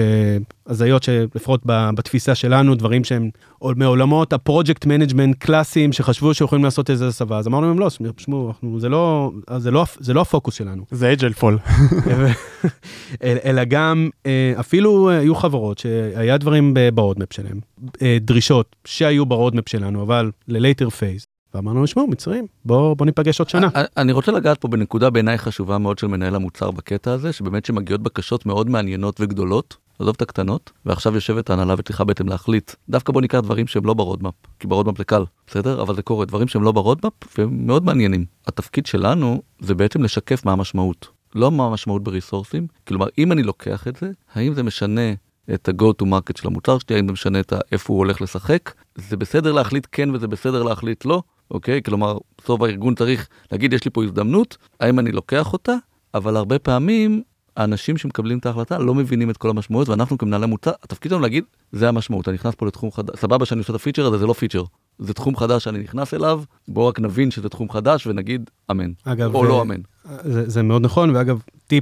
הזיות שלפחות בתפיסה שלנו, דברים שהם מעולמות הפרויקט מנג'מנט קלאסיים, שחשבו שיכולים לעשות איזה הסבה, אז אמרנו להם לא, שמעו, זה לא, זה לא, זה לא הפוקוס שלנו. זה אג'ל פול. אלא גם, אפילו היו חברות שהיה דברים ברודמפ שלהם, דרישות שהיו ברודמפ שלנו, אבל ל-later phase. ואמרנו, נשמעו, מצרים, בוא, בוא ניפגש עוד שנה. אני רוצה לגעת פה בנקודה בעיניי חשובה מאוד של מנהל המוצר בקטע הזה, שבאמת שמגיעות בקשות מאוד מעניינות וגדולות, עזוב את הקטנות, ועכשיו יושבת ההנהלה וצריכה בעצם להחליט. דווקא בוא ניקח דברים שהם לא ברודמפ, כי ברודמפ זה קל, בסדר? אבל זה קורה, דברים שהם לא ברודמפ, והם מאוד מעניינים. התפקיד שלנו זה בעצם לשקף מה המשמעות. לא מה המשמעות בריסורסים, כלומר, אם אני לוקח את זה, האם זה משנה את ה-go to market של המוצר שלי, האם זה משנה את איפה הוא הולך לשחק, זה בסדר להחליט כן וזה בסדר להחליט לא, אוקיי? כלומר, בסוף הארגון צריך להגיד, יש לי פה הזדמנות, האם אני לוקח אותה, אבל הרבה פעמים, האנשים שמקבלים את ההחלטה לא מבינים את כל המשמעות, ואנחנו כמנהלי מוצר, התפקיד שלנו להגיד, זה המשמעות, אני נכנס פה לתחום חדש, סבבה שאני עושה את הפיצ'ר הזה, זה לא פיצ'ר, זה תחום חדש שאני נכנס אליו, בואו רק נבין שזה תחום חדש ונגיד אמן, אגב, או לא אמן. זה, זה מאוד נכון, ואגב, טיפ,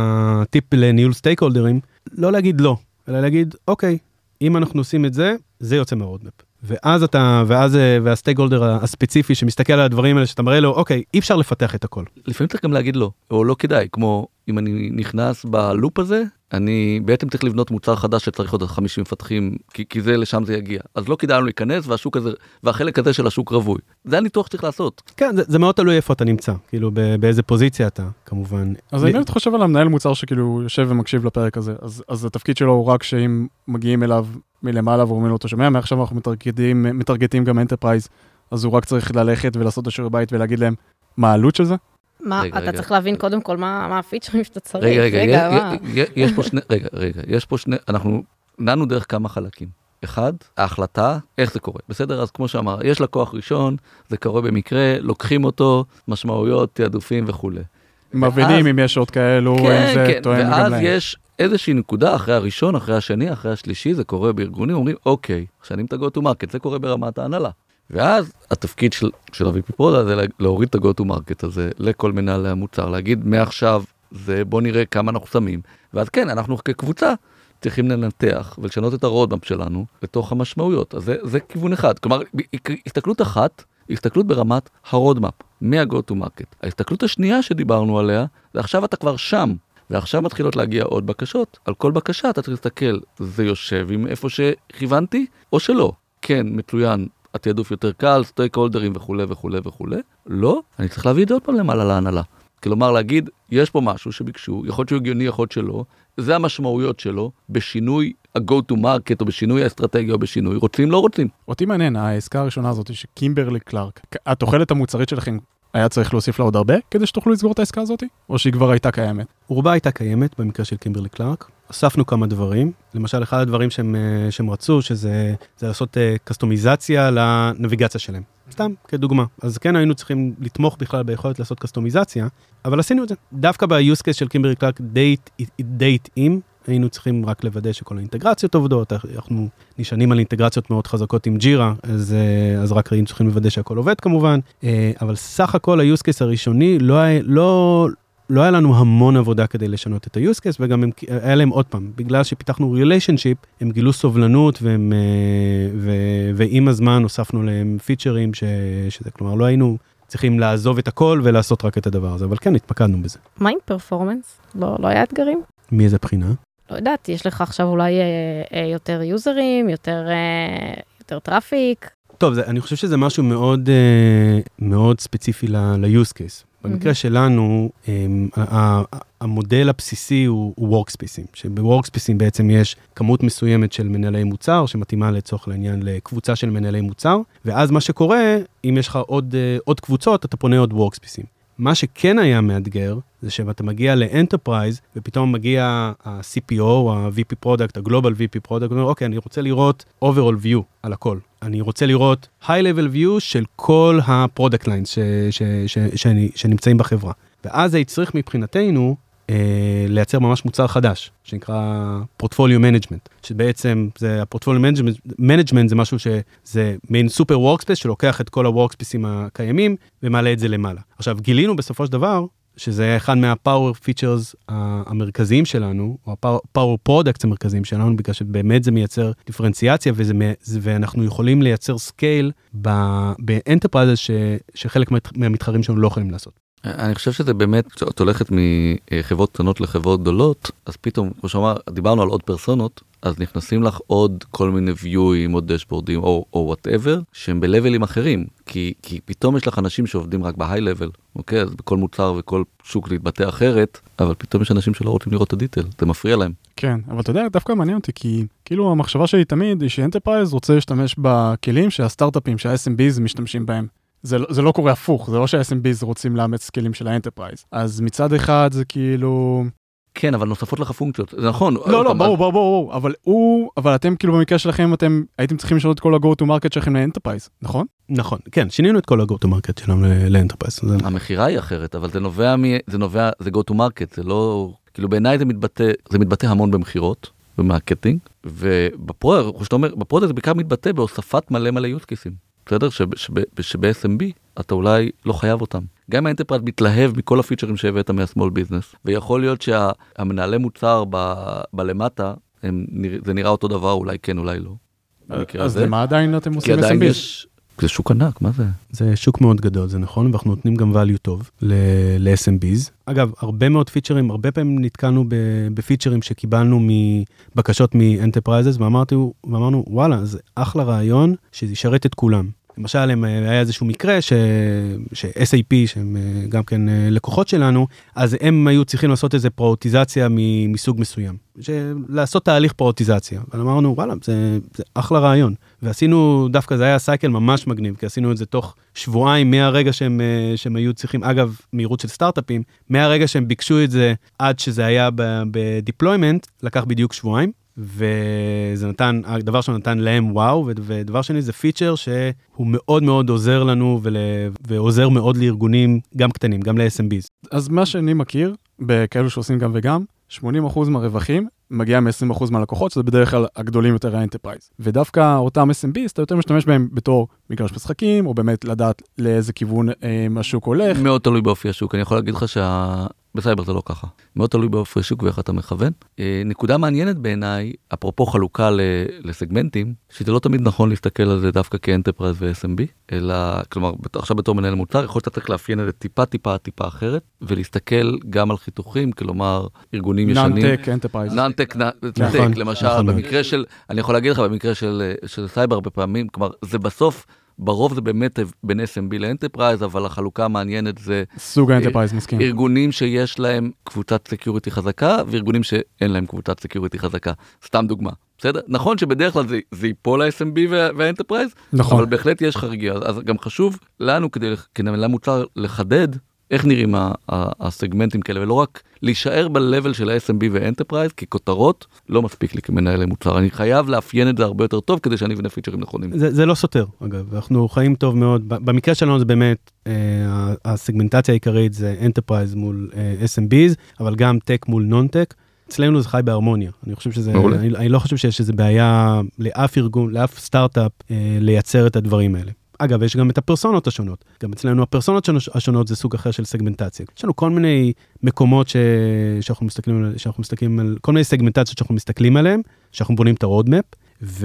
טיפ לניהול סטייקהולדרים, לא להגיד לא, אלא להגיד, אוקיי, אם אנחנו עושים את זה, זה יוצא מהרודמפ. ואז אתה, ואז, והסטייק-הולדר הספציפי שמסתכל על הדברים האלה, שאתה מראה לו, אוקיי, אי אפשר לפתח את הכל. לפעמים צריך גם להגיד לא, או לא כדאי, כמו אם אני נכנס בלופ הזה, אני בעצם צריך לבנות מוצר חדש שצריך עוד חמישים מפתחים, כי, כי זה לשם זה יגיע. אז לא כדאי לנו להיכנס, והשוק הזה, והחלק הזה של השוק רווי. זה הניתוח שצריך לעשות. כן, זה, זה מאוד תלוי איפה אתה נמצא, כאילו באיזה פוזיציה אתה, כמובן. אז אני באמת חושב על המנהל מוצר שכאילו יושב ומקשיב לפרק הזה, אז, אז התפקיד שלו הוא רק שאם מגיעים אליו מלמעלה ואומרים לו, אתה שומע, מעכשיו אנחנו מטרגטים, מטרגטים גם אנטרפרייז, אז הוא רק צריך ללכת ולעשות את שיעורי בית ולהגיד להם, מה העלות של זה? מה, אתה צריך להבין קודם כל מה הפיצ'רים שאתה צריך. רגע, רגע, יש פה שני, רגע, רגע, יש פה שני, אנחנו נענו דרך כמה חלקים. אחד, ההחלטה, איך זה קורה. בסדר? אז כמו שאמר, יש לקוח ראשון, זה קורה במקרה, לוקחים אותו, משמעויות, תעדופים וכו'. מבינים אם יש עוד כאלו, אם זה תואם גם להם. ואז יש איזושהי נקודה אחרי הראשון, אחרי השני, אחרי השלישי, זה קורה בארגונים, אומרים, אוקיי, שנים את ה-go to market, זה קורה ברמת ההנהלה. ואז התפקיד של, של ה-וי פי Product זה להוריד את ה-go to market הזה לכל מנהלי המוצר, להגיד מעכשיו, זה בוא נראה כמה אנחנו שמים. ואז כן, אנחנו כקבוצה צריכים לנתח ולשנות את הרודמפ שלנו לתוך המשמעויות. אז זה, זה כיוון אחד. כלומר, הסתכלות אחת, הסתכלות ברמת הרודמפ, מה-go to market. ההסתכלות השנייה שדיברנו עליה, זה עכשיו אתה כבר שם. ועכשיו מתחילות להגיע עוד בקשות. על כל בקשה אתה צריך להסתכל, זה יושב עם איפה שכיוונתי, או שלא. כן, מצוין, התעדוף יותר קל, סטייק הולדרים וכו' וכו' וכו'. לא, אני צריך להביא את זה עוד פעם למעלה להנהלה. כלומר, להגיד, יש פה משהו שביקשו, יכול להיות שהוא הגיוני, יכול להיות שלא, זה המשמעויות שלו, בשינוי ה-go to market, או בשינוי האסטרטגיה, או בשינוי, רוצים, לא רוצים. אותי מעניין, העסקה הראשונה הזאת, שקימברלי קלארק, התוחלת המוצרית שלכם, היה צריך להוסיף לה עוד הרבה, כדי שתוכלו לסגור את העסקה הזאת? או שהיא כבר הייתה קיימת? רובה הייתה קיימת, במקרה של קימברלי קלארק. אספנו כמה דברים. למשל, אחד הדברים שהם, שהם רצו, שזה זה לעשות קסטומיזציה לנביגציה שלהם. סתם, כדוגמה. אז כן, היינו צריכים לתמוך בכלל ביכולת לעשות קסטומיזציה, אבל עשינו את זה. דווקא ב-use case של קימברלי קלארק, די התאים, היינו צריכים רק לוודא שכל האינטגרציות עובדות, אנחנו נשענים על אינטגרציות מאוד חזקות עם ג'ירה, אז, אז רק היינו צריכים לוודא שהכל עובד כמובן, אבל סך הכל ה-use case הראשוני, לא, לא, לא היה לנו המון עבודה כדי לשנות את ה-use case, וגם הם, היה להם עוד פעם, בגלל שפיתחנו relationship, הם גילו סובלנות, והם, ו, ועם הזמן הוספנו להם פיצ'רים, ש, שזה, כלומר, לא היינו צריכים לעזוב את הכל ולעשות רק את הדבר הזה, אבל כן, התפקדנו בזה. מה עם פרפורמנס? לא, לא היה אתגרים? מאיזה בחינה? לא יודעת, יש לך עכשיו אולי אה, אה, יותר יוזרים, יותר, אה, יותר טראפיק. טוב, זה, אני חושב שזה משהו מאוד, אה, מאוד ספציפי ל-use case. במקרה mm-hmm. שלנו, אה, המודל הבסיסי הוא, הוא workspace'ים, שב-workspace'ים בעצם יש כמות מסוימת של מנהלי מוצר, שמתאימה לצורך לעניין לקבוצה של מנהלי מוצר, ואז מה שקורה, אם יש לך עוד, אה, עוד קבוצות, אתה פונה עוד workspace'ים. מה שכן היה מאתגר, זה שאתה מגיע לאנטרפרייז, ופתאום מגיע ה-סי פי או, ה-וי פי Product, ה-Global וי פי Product, אומר, אוקיי, אני רוצה לראות overall view על הכל. אני רוצה לראות high-level view של כל ה-product lines ש- ש- ש- ש- שנמצאים בחברה. ואז זה יצריך מבחינתנו אה, לייצר ממש מוצר חדש, שנקרא Portfolio Management, שבעצם זה, ה-Portfolio Management זה משהו שזה מעין סופר וורקספייס, שלוקח את כל הוורקספייסים הקיימים, ומעלה את זה למעלה. עכשיו, גילינו בסופו של דבר, שזה אחד מה-Power Features המרכזיים שלנו, או ה-Power Products המרכזיים שלנו, בגלל שבאמת זה מייצר דיפרנציאציה, וזה, ואנחנו יכולים לייצר סקייל באנטרפרייז שחלק מהמתחרים שלנו לא יכולים לעשות. אני חושב שזה באמת, כשאת הולכת מחברות קטנות לחברות גדולות, אז פתאום, כמו שאמר, דיברנו על עוד פרסונות, אז נכנסים לך עוד כל מיני ויואים, עוד דשבורדים, או, או whatever, שהם בלבלים אחרים, כי, כי פתאום יש לך אנשים שעובדים רק בהיי לבל, אוקיי? אז בכל מוצר וכל שוק להתבטא אחרת, אבל פתאום יש אנשים שלא רוצים לראות את הדיטל, זה מפריע להם. כן, אבל אתה יודע, דווקא מעניין אותי, כי כאילו המחשבה שלי תמיד היא שאנטרפרייז רוצה להשתמש בכלים שהסטארט-אפים, שה-אס אם ביז משתמשים בהם. זה, זה לא קורה הפוך, זה לא שה-אס אם ביז רוצים לאמץ סקילים של האנטרפרייז. אז מצד אחד זה כאילו... כן, אבל נוספות לך פונקציות, זה נכון. לא, לא, ברור, ברור, ברור, אבל הוא, אבל אתם כאילו במקרה שלכם, אתם הייתם צריכים לשנות את כל ה-go-to-market שלכם לאנטרפרייז, נכון? נכון, כן, שינינו את כל ה-go-to-market שלנו לאנטרפרייז. המחירה היא אחרת, אבל זה נובע, זה נובע, זה go-to-market, זה לא, כאילו בעיניי זה מתבטא, זה מתבטא המון במחירות, במרקטינג, ובפרו, כמו שאתה אומר, בפרו זה בעיקר מתבטא בהוספת מלא מלא use cases. בסדר? שב-אס אם בי אתה אולי לא חייב אותם. גם האנטרפרייז מתלהב מכל הפיצ'רים שהבאת מה-small business, ויכול להיות שהמנהלי מוצר בלמטה, זה נראה אותו דבר, אולי כן, אולי לא. אז למה עדיין אתם עושים אס אם בי? זה שוק ענק, מה זה? זה שוק מאוד גדול, זה נכון, ואנחנו נותנים גם value טוב ל-אס אם ביז. אגב, הרבה מאוד פיצ'רים, הרבה פעמים נתקענו בפיצ'רים שקיבלנו מבקשות מ-enterprises, ואמרנו, וואלה, זה אחלה רעיון שזה ישרת את כולם. למשל, היה איזשהו מקרה ש-אס איי פי, שהם גם כן לקוחות שלנו, אז הם היו צריכים לעשות איזו פריוריטיזציה מסוג מסוים. לעשות תהליך פריוריטיזציה. ואמרנו, וואלה, זה, זה אחלה רעיון. ועשינו, דווקא זה היה סייקל ממש מגניב, כי עשינו את זה תוך שבועיים, מהרגע שהם, שהם היו צריכים, אגב, מהירות של סטארט-אפים, מהרגע שהם ביקשו את זה, עד שזה היה בדיפלוימנט, לקח בדיוק שבועיים. וזה נתן, הדבר שנתן להם וואו, ודבר שני זה פיצ'ר שהוא מאוד מאוד עוזר לנו, ול, ועוזר מאוד לארגונים, גם קטנים, גם ל-אס אם ביז. אז מה שאני מכיר, בכאלו שעושים גם וגם, שמונים אחוז מהרווחים מגיע מ-עשרים אחוז מהלקוחות, שזה בדרך כלל הגדולים יותר האנטרפרייז. ודווקא אותם אס אם ביז, אתה יותר משתמש בהם בתור מגרש משחקים, או באמת לדעת לאיזה כיוון אה, השוק הולך. מאוד תלוי באופי השוק. אני יכול להגיד לך שה... בסייבר זה לא ככה. מאוד תלוי באופי השוק ואיך אתה מכוון. אה, נקודה מעניינת בעיניי, אפרופו חלוקה ל- לסגמנטים, שזה לא תמיד נכון להסתכל על זה דווקא כאנטרפרייז ו-אס אם בי, אלא, כלומר, עכשיו בתור מנהל מוצר, יכול שאתה צריך לאפיין את זה טיפה, טיפה, טיפה אחרת, ולהסתכל גם על חיתוכים, כלומר, ארגונים ישנים. נאנטק, אנטרפרייז. נאנטק, נאנטק, למשל, במקרה של, אני יכול להגיד לך, במקרה של, של סייבר הרבה פעמים, כלומר, זה בסוף, ברוב זה באמת בין אס אם בי לאנטרפרייז, אבל החלוקה המעניינת זה... סוג האנטרפרייז, מסכים. ארגונים שיש להם קבוצת סקיוריטי חזקה, וארגונים שאין להם קבוצת סקיוריטי חזקה. סתם דוגמה. בסדר? נכון שבדרך כלל זה, זה ייפול ל-אס אם בי והאנטרפרייז, נכון. אבל בהחלט יש חריגיה. אז גם חשוב לנו כדי, כנמלה מוצר לחדד, איך נראים הסגמנטים כאלה, ולא רק להישאר ב-level של ה-אס אם בי והאנטרפרייז, כי כותרות לא מספיק לי כמנהל מוצר. אני חייב לאפיין את זה הרבה יותר טוב, כדי שאני אבנה פיצ'רים נכונים. זה, זה לא סותר, אגב. אנחנו חיים טוב מאוד. במקרה שלנו זה באמת, אה, הסגמנטציה העיקרית זה אנטרפרייז מול אה, אס אם ביז, אבל גם טק מול נון-טק. אצלנו זה חי בהרמוניה. אני חושב שזה, אני, אני לא חושב שיש איזו בעיה לאף ארגון, לאף סטארט-אפ, אה, לייצר את הדברים האלה. אגב, יש גם את הפרסונות השונות. גם אצלנו הפרסונות השונות זה סוג אחר של סגמנטציה. יש לנו כל מיני מקומות ש... שאנחנו מסתכלים על... שאנחנו מסתכלים על... כל מיני סגמנטציות שאנחנו מסתכלים עליהן, שאנחנו בונים את הרודמפ, ו...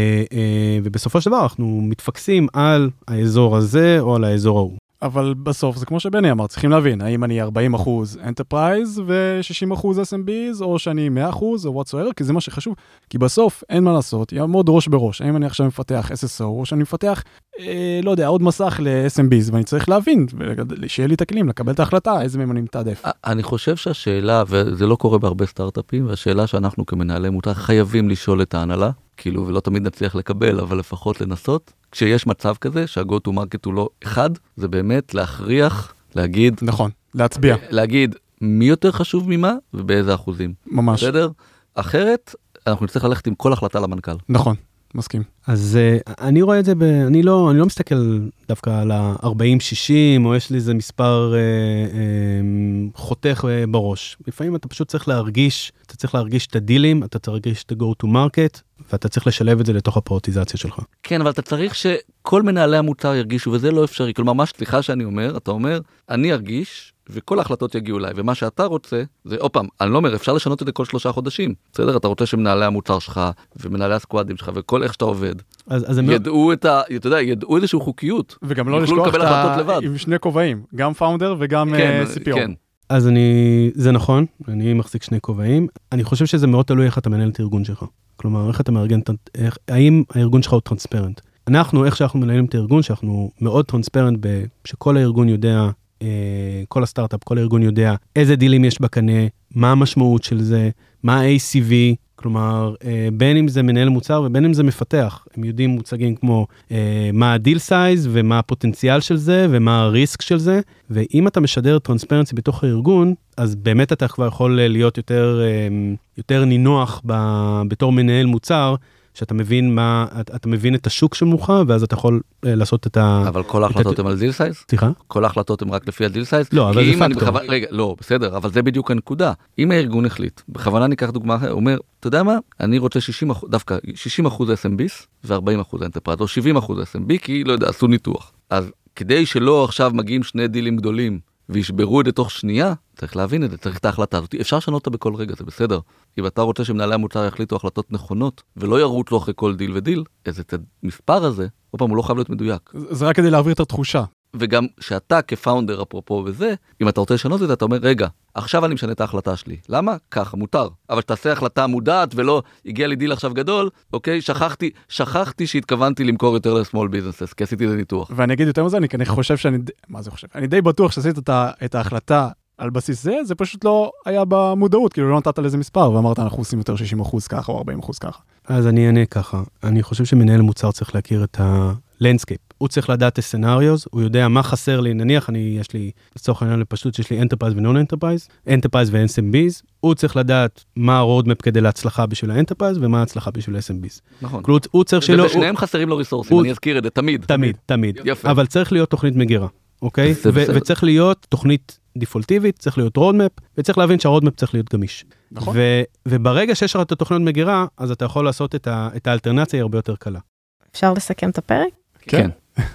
ובסופו של דבר אנחנו מתפקסים על האזור הזה או על האזור ההוא. אבל בסוף זה כמו שבני אמר, צריכים להבין, האם אני ארבעים אחוז Enterprise ו-שישים אחוז אס אם ביז, או שאני מאה אחוז, או whatsoever, כי זה מה שחשוב. כי בסוף אין מה לעשות, יעמוד ראש בראש. האם אני עכשיו מפתח אס אס או, או שאני מפתח, אה, לא יודע, עוד מסך ל-אס אם ביז, ואני צריך להבין, שיהיה לי את הכלים, לקבל את ההחלטה, איזה מהם אני מתעדף. אני חושב שהשאלה, וזה לא קורה בהרבה סטארט-אפים, והשאלה שאנחנו כמנהלי מוצר חייבים לשאול את ההנהלה, כאילו, ולא תמיד נצליח לקבל, אבל לפחות לנסות. כשיש מצב כזה, שה-go to market הוא לא אחד, זה באמת להכריח, להגיד... נכון, להצביע. להגיד מי יותר חשוב ממה, ובאיזה אחוזים. ממש. בסדר? אחרת, אנחנו נצטרך ללכת עם כל החלטה למנכ"ל. נכון, מסכים. אז uh, אני רואה את זה, ב... אני, לא, אני לא מסתכל דווקא על ה-ארבעים שישים, או יש לי איזה מספר uh, uh, חותך uh, בראש. לפעמים אתה פשוט צריך להרגיש, אתה צריך להרגיש את הדילים, אתה צריך להרגיש את ה-go to market, ואתה צריך לשלב את זה לתוך הפריוריטיזציה שלך. כן, אבל אתה צריך שכל מנהלי המוצר ירגישו, וזה לא אפשרי. כלומר, מה סליחה שאני אומר, אתה אומר, אני ארגיש, וכל ההחלטות יגיעו אליי, ומה שאתה רוצה, זה, עוד פעם, אני לא אומר, אפשר לשנות את זה כל שלושה חודשים, בסדר? אתה רוצה שמנהלי המוצר שלך, ומנהלי הסקואדים שלך, וכל איך שאתה עובד, אז, אז ידעו את ה... אתה יודע, ידעו איזשהו חוקיות. וגם לא לשכוח את ה... עם שני כובעים, גם פאונדר וגם כן, סי פי או. כן. אז אני... זה נכון, אני מחזיק שני כובעים. אני חושב שזה מאוד תלוי איך אתה מנהל את הארגון שלך. כלומר, איך אתה מארגן, איך, האם הארגון שלך הוא טרנספרנט? אנחנו, איך שאנחנו מנהלים את הארגון, שאנחנו מאוד טרנספרנט, שכל הארגון יודע, כל הסטארט-אפ, כל הארגון יודע איזה דילים יש בקנה, מה המשמעות של זה, מה ה-איי סי וי, כלומר, בין אם זה מנהל מוצר ובין אם זה מפתח, הם יודעים מוצגים כמו מה הדיל סייז ומה הפוטנציאל של זה ומה הריסק של זה, ואם אתה משדר טרנספרנסי בתוך הארגון, אז באמת אתה כבר יכול להיות יותר, יותר נינוח בתור מנהל מוצר, שאתה מבין מה, אתה מבין את השוק שמולך, ואז אתה יכול לעשות את ה... אבל כל ההחלטות הן על דיל סייז? סליחה? כל ההחלטות הן רק לפי הדיל סייז? לא, אבל זה פקטור. רגע, לא, בסדר, אבל זה בדיוק הנקודה. אם הארגון החליט, בכוונה ניקח דוגמה אחרת, הוא אומר, אתה יודע מה? אני רוצה שישים אחוז, דווקא שישים אחוז אס אם בי'ס ו-ארבעים אחוז אנטרפרייז, או שבעים אחוז אס אם בי, כי לא יודע, עשו ניתוח. אז כדי שלא עכשיו מגיעים שני דילים גדולים, וישברו את זה תוך שנייה, צריך להבין את זה, צריך את ההחלטה הזאת. אפשר לשנות אותה בכל רגע, זה בסדר. אם אתה רוצה שמנהלי המוצר יחליטו החלטות נכונות, ולא ירוץ לו אחרי כל דיל ודיל, אז את המספר הזה, עוד פעם, הוא לא חייב להיות מדויק. זה רק כדי להעביר את התחושה. וגם שאתה כפאונדר, אפרופו וזה, אם אתה רוצה לשנות את זה, אתה אומר, רגע, עכשיו אני משנה את ההחלטה שלי. למה? ככה, מותר. אבל שתעשה החלטה מודעת ולא הגיע לי דיל עכשיו גדול, אוקיי? שכחתי, שכחתי שהתכוונתי למכור יותר לסמול ביזנסס, כי עשיתי את הניתוח. ואני אגיד יותר מזה, אני, אני חושב שאני, מה זה חושב? אני די בטוח שעשית את, את ההחלטה על בסיס זה, זה פשוט לא היה במודעות, כאילו לא נתת לזה מספר, ואמרת, אנחנו עושים יותר שישים אחוז ככה או ארבעים אחוז ככה. אז אני אענה ככה. אני חושב שמנהל מוצר צריך להכיר את הלנדסקייפ. הוא צריך לדעת את הסצנריוז, הוא יודע מה חסר לי, נניח אני, יש לי, לצורך העניין לפשוט שיש לי Enterprise ו-Non Enterprise, Enterprise ו-אס אם בי'ס, הוא צריך לדעת מה הרודמפ כדי להצלחה בשביל ה-Enterprise, ומה ההצלחה בשביל ה-אס אם בי'ס. נכון. כלומר, הוא צריך שלא... ושניהם חסרים לו ריסורסים, אני אזכיר את זה, תמיד. תמיד, תמיד. יפה. אבל צריך להיות תוכנית מגירה, אוקיי? וצריך להיות תוכנית דיפולטיבית, צריך להיות רודמפ, וצריך להבין שהרודמפ צריך להיות גמיש. נכון. וברגע שיש לך את התוכניות מגירה, אז אתה יכול לעשות את האלטרנציה הרבה יותר קלה. אפשר לסכם את הפרק? כן.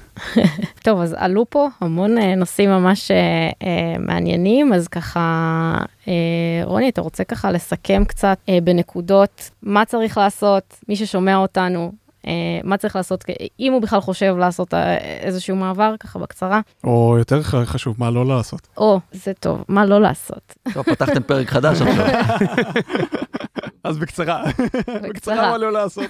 טוב, אז עלו פה המון נושאים ממש אה, מעניינים, אז ככה, אה, רוני, אתה רוצה ככה לסכם קצת אה, בנקודות, מה צריך לעשות, מי ששומע אותנו, אה, מה צריך לעשות, אם הוא בכלל חושב לעשות איזשהו מעבר, ככה בקצרה. או יותר חשוב, מה לא לעשות. או, זה טוב, מה לא לעשות. טוב, פתחתם פרק חדש עכשיו. אז בקצרה, בקצרה מה לא לעשות.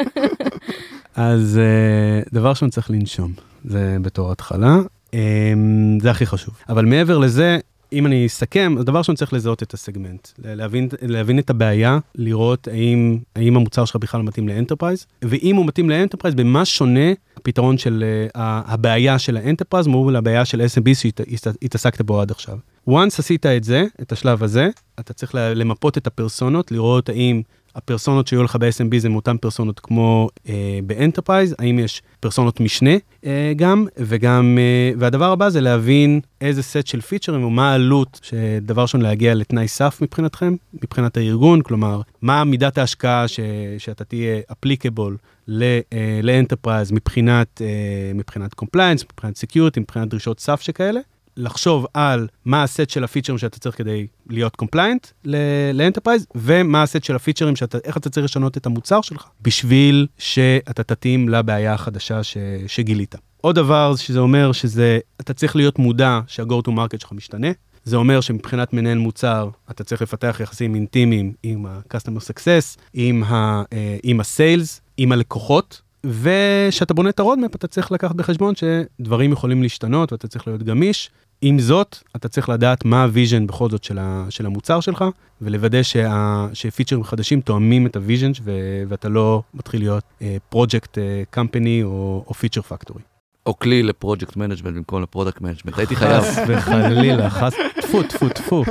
אז דבר שאני צריך לנשום, זה בתור התחלה, זה הכי חשוב. אבל מעבר לזה, אם אני אסכם, הדבר שאני צריך לזהות את הסגמנט, להבין, להבין את הבעיה, לראות האם, האם המוצר שלך בכלל מתאים לאנטרפרייז, ואם הוא מתאים לאנטרפרייז, במה שונה הפתרון של uh, הבעיה של האנטרפרייז, מול הבעיה של אס אם בי שהתעסקת בו עד עכשיו. once עשית את זה, את השלב הזה, אתה צריך למפות את הפרסונות, לראות האם הפרסונות שיהיו לך ב-אס אם בי זה מאותן פרסונות כמו אה, באנטרפרייז, האם יש פרסונות משנה אה, גם, וגם, אה, והדבר הבא זה להבין איזה סט של פיצ'רים, או מה העלות, שדבר שון להגיע לתנאי סף מבחינתכם, מבחינת הארגון, כלומר, מה מידת ההשקעה ש, שאתה תהיה אפליקבול לאנטרפרייז מבחינת, אה, מבחינת compliance, מבחינת security, מבחינת דרישות סף שכאלה, לחשוב על מה הסט של הפיצ'רים שאתה צריך כדי להיות קומפליינט לאנטרפרייז, ומה הסט של הפיצ'רים שאתה, איך אתה צריך לשנות את המוצר שלך, בשביל שאתה תתאים לבעיה החדשה ש, שגילית. עוד דבר שזה אומר שזה, אתה צריך להיות מודע שה-go to market שלך משתנה, זה אומר שמבחינת מנהל מוצר, אתה צריך לפתח יחסים אינטימיים עם ה-customer success, עם ה, עם ה-sales, עם הלקוחות, ושאתה בונה את הרודמפ, אתה צריך לקחת בחשבון שדברים יכולים להשתנות, ואתה צריך להיות גמיש. עם זאת, אתה צריך לדעת מה הוויז'ן בכל זאת של, ה, של המוצר שלך, ולוודא שה, שפיצ'רים חדשים תואמים את הוויז'ן, ו, ואתה לא מתחיל להיות פרויקט קמפני או, או פיצ'ר פקטורי. או כלי לפרויקט מנג'מנט במקום לפרודקט מנג'מנט. הייתי חייב. חס וחלילה, חס, טפו, טפו, טפו.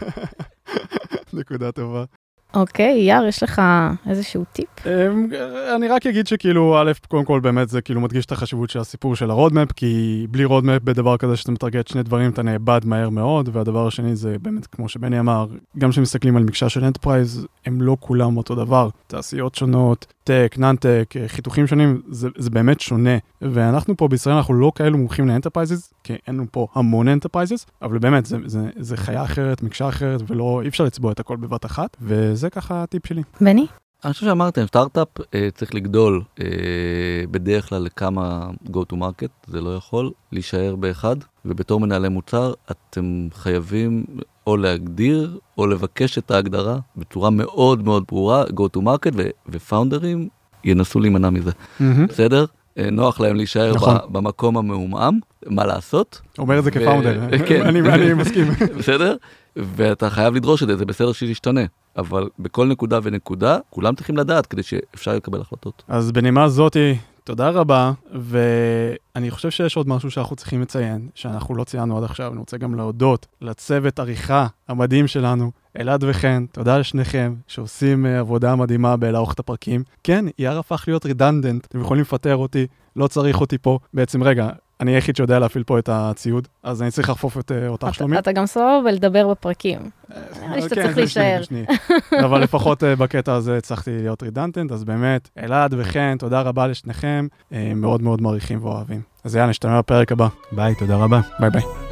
נקודה טובה. אוקיי, יאר, יש לך איזשהו טיפ? אני רק אגיד שכאילו, א', קודם כל באמת זה כאילו מדגיש את החשיבות של הסיפור של הרודמפ, כי בלי רודמפ בדבר כזה שאתה מתרגט שני דברים, אתה נאבד מהר מאוד, והדבר השני זה באמת, כמו שבני אמר, גם כשמסתכלים על מקשה של אנטרפרייז, הם לא כולם אותו דבר. תעשיות שונות, טק, נאנטק, חיתוכים שונים, זה, זה באמת שונה. ואנחנו פה בישראל, אנחנו לא כאלו מומחים לאנטרפרייזס, כי אין לנו פה המון אנטרפרייזס, אבל באמת, זה, זה, זה חיה אחרת, מקשה אחרת, ולא, אי אפשר לצבוע את הכל בבת אחת, וזה ככה הטיפ שלי. בני? אני חושב שאמרתם, סטארט-אפ אה, צריך לגדול אה, בדרך כלל לכמה go to market, זה לא יכול להישאר באחד, ובתור מנהלי מוצר, אתם חייבים או להגדיר, או לבקש את ההגדרה, בצורה מאוד מאוד ברורה, go to market, ו- ופאונדרים ינסו להימנע מזה. Mm-hmm. בסדר? אה, נוח להם להישאר נכון. ב- במקום המאומם, מה לעשות? אומר את זה ו- כפאונדר, כן. אני, אני מסכים. בסדר? ואתה חייב לדרוש את זה, זה בסדר שתשתנה. אבל בכל נקודה ונקודה, כולם צריכים לדעת כדי שאפשר לקבל החלטות. אז בנימה זאתי, תודה רבה, ואני חושב שיש עוד משהו שאנחנו צריכים לציין, שאנחנו לא ציינו עד עכשיו, אני רוצה גם להודות לצוות עריכה המדהים שלנו, אלעד וחן, תודה לשניכם, שעושים עבודה מדהימה בלערוך את הפרקים. כן, יער הפך להיות רידנדנט, אתם יכולים לפטר אותי, לא צריך אותי פה. בעצם רגע, אני היחיד שיודע להפעיל פה את הציוד, אז אני צריך לחפוף את אותך שלומית. אתה גם סבבה ולדבר בפרקים. נראה לי שאתה צריך להישאר. אבל לפחות בקטע הזה הצלחתי להיות רידנדנט, אז באמת, אלעד וחן, תודה רבה לשניכם, מאוד מאוד מעריכים ואוהבים. אז יאללה, נשתמע בפרק הבא. ביי, תודה רבה. ביי ביי.